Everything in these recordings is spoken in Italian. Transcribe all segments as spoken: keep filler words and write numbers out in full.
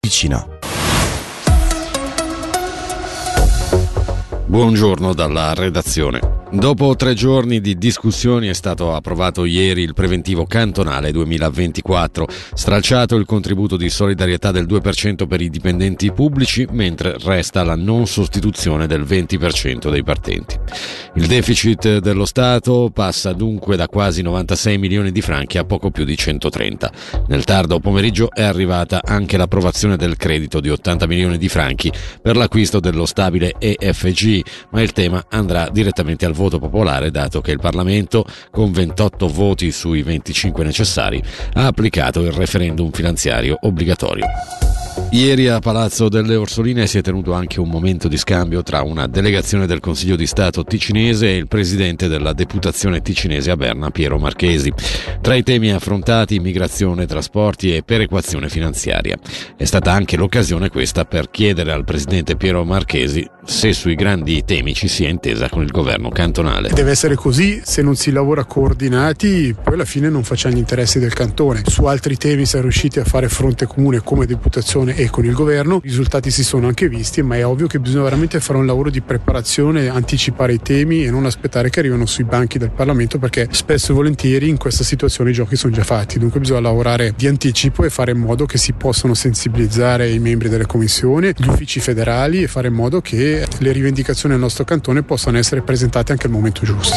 Ticino. Buongiorno dalla redazione. Dopo tre giorni di discussioni è stato approvato ieri il preventivo cantonale duemilaventiquattro, stralciato il contributo di solidarietà del due per cento per i dipendenti pubblici, mentre resta la non sostituzione del venti per cento dei partenti. Il deficit dello Stato passa dunque da quasi novantasei milioni di franchi a poco più di centotrenta. Nel tardo pomeriggio è arrivata anche l'approvazione del credito di ottanta milioni di franchi per l'acquisto dello stabile E F G, ma il tema andrà direttamente al voto popolare, dato che il Parlamento, con ventotto voti sui venticinque necessari, ha applicato il referendum finanziario obbligatorio. Ieri a Palazzo delle Orsoline si è tenuto anche un momento di scambio tra una delegazione del Consiglio di Stato ticinese e il presidente della Deputazione ticinese a Berna, Piero Marchesi. Tra i temi affrontati immigrazione, trasporti e perequazione finanziaria. È stata anche l'occasione questa per chiedere al presidente Piero Marchesi se sui grandi temi ci sia intesa con il governo cantonale. Deve essere così, se non si lavora coordinati poi alla fine non facciamo gli interessi del cantone. Su altri temi si è riusciti a fare fronte comune come deputazione e con il governo, i risultati si sono anche visti, ma è ovvio che bisogna veramente fare un lavoro di preparazione, anticipare i temi e non aspettare che arrivino sui banchi del Parlamento, perché spesso e volentieri in questa situazione i giochi sono già fatti. Dunque bisogna lavorare di anticipo e fare in modo che si possano sensibilizzare i membri delle commissioni, gli uffici federali, e fare in modo che le rivendicazioni del nostro cantone possano essere presentate anche al momento giusto.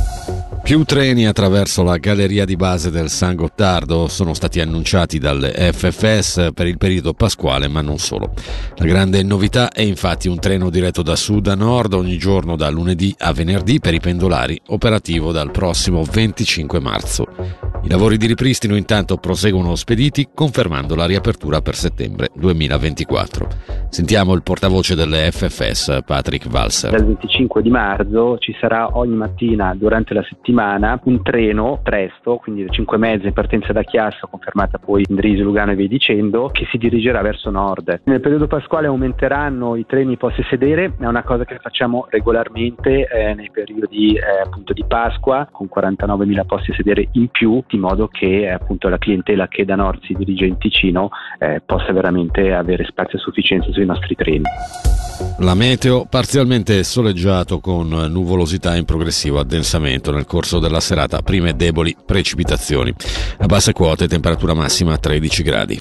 Più treni attraverso la galleria di base del San Gottardo sono stati annunciati dalle F F S per il periodo pasquale, ma non solo. La grande novità è infatti un treno diretto da sud a nord ogni giorno da lunedì a venerdì per i pendolari, operativo dal prossimo venticinque marzo. I lavori di ripristino intanto proseguono spediti, confermando la riapertura per settembre duemilaventiquattro. Sentiamo il portavoce delle F F S, Patrick Walser. Dal venticinque di marzo ci sarà ogni mattina durante la settimana un treno presto, quindi cinque mezzi in partenza da Chiasso, confermata poi Indrisio, Lugano e via dicendo, che si dirigerà verso nord. Nel periodo pasquale aumenteranno i treni posti sedere, è una cosa che facciamo regolarmente eh, nei periodi eh, appunto di Pasqua, con quarantanovemila posti sedere in più, di modo che eh, appunto la clientela che da nord si dirige in Ticino eh, possa veramente avere spazio a sufficienza sui nostri treni. La meteo parzialmente soleggiato con nuvolosità in progressivo addensamento nel corso della serata, prime deboli precipitazioni. A basse quote temperatura massima tredici gradi.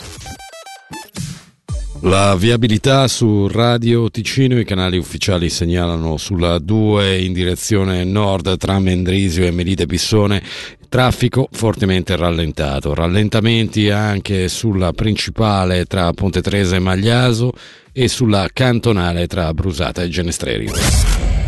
La viabilità su Radio Ticino, i canali ufficiali segnalano sulla due in direzione nord tra Mendrisio e Melite Pissone traffico fortemente rallentato, rallentamenti anche sulla principale tra Ponte Tresa e Magliaso e sulla cantonale tra Brusata e Genestreri.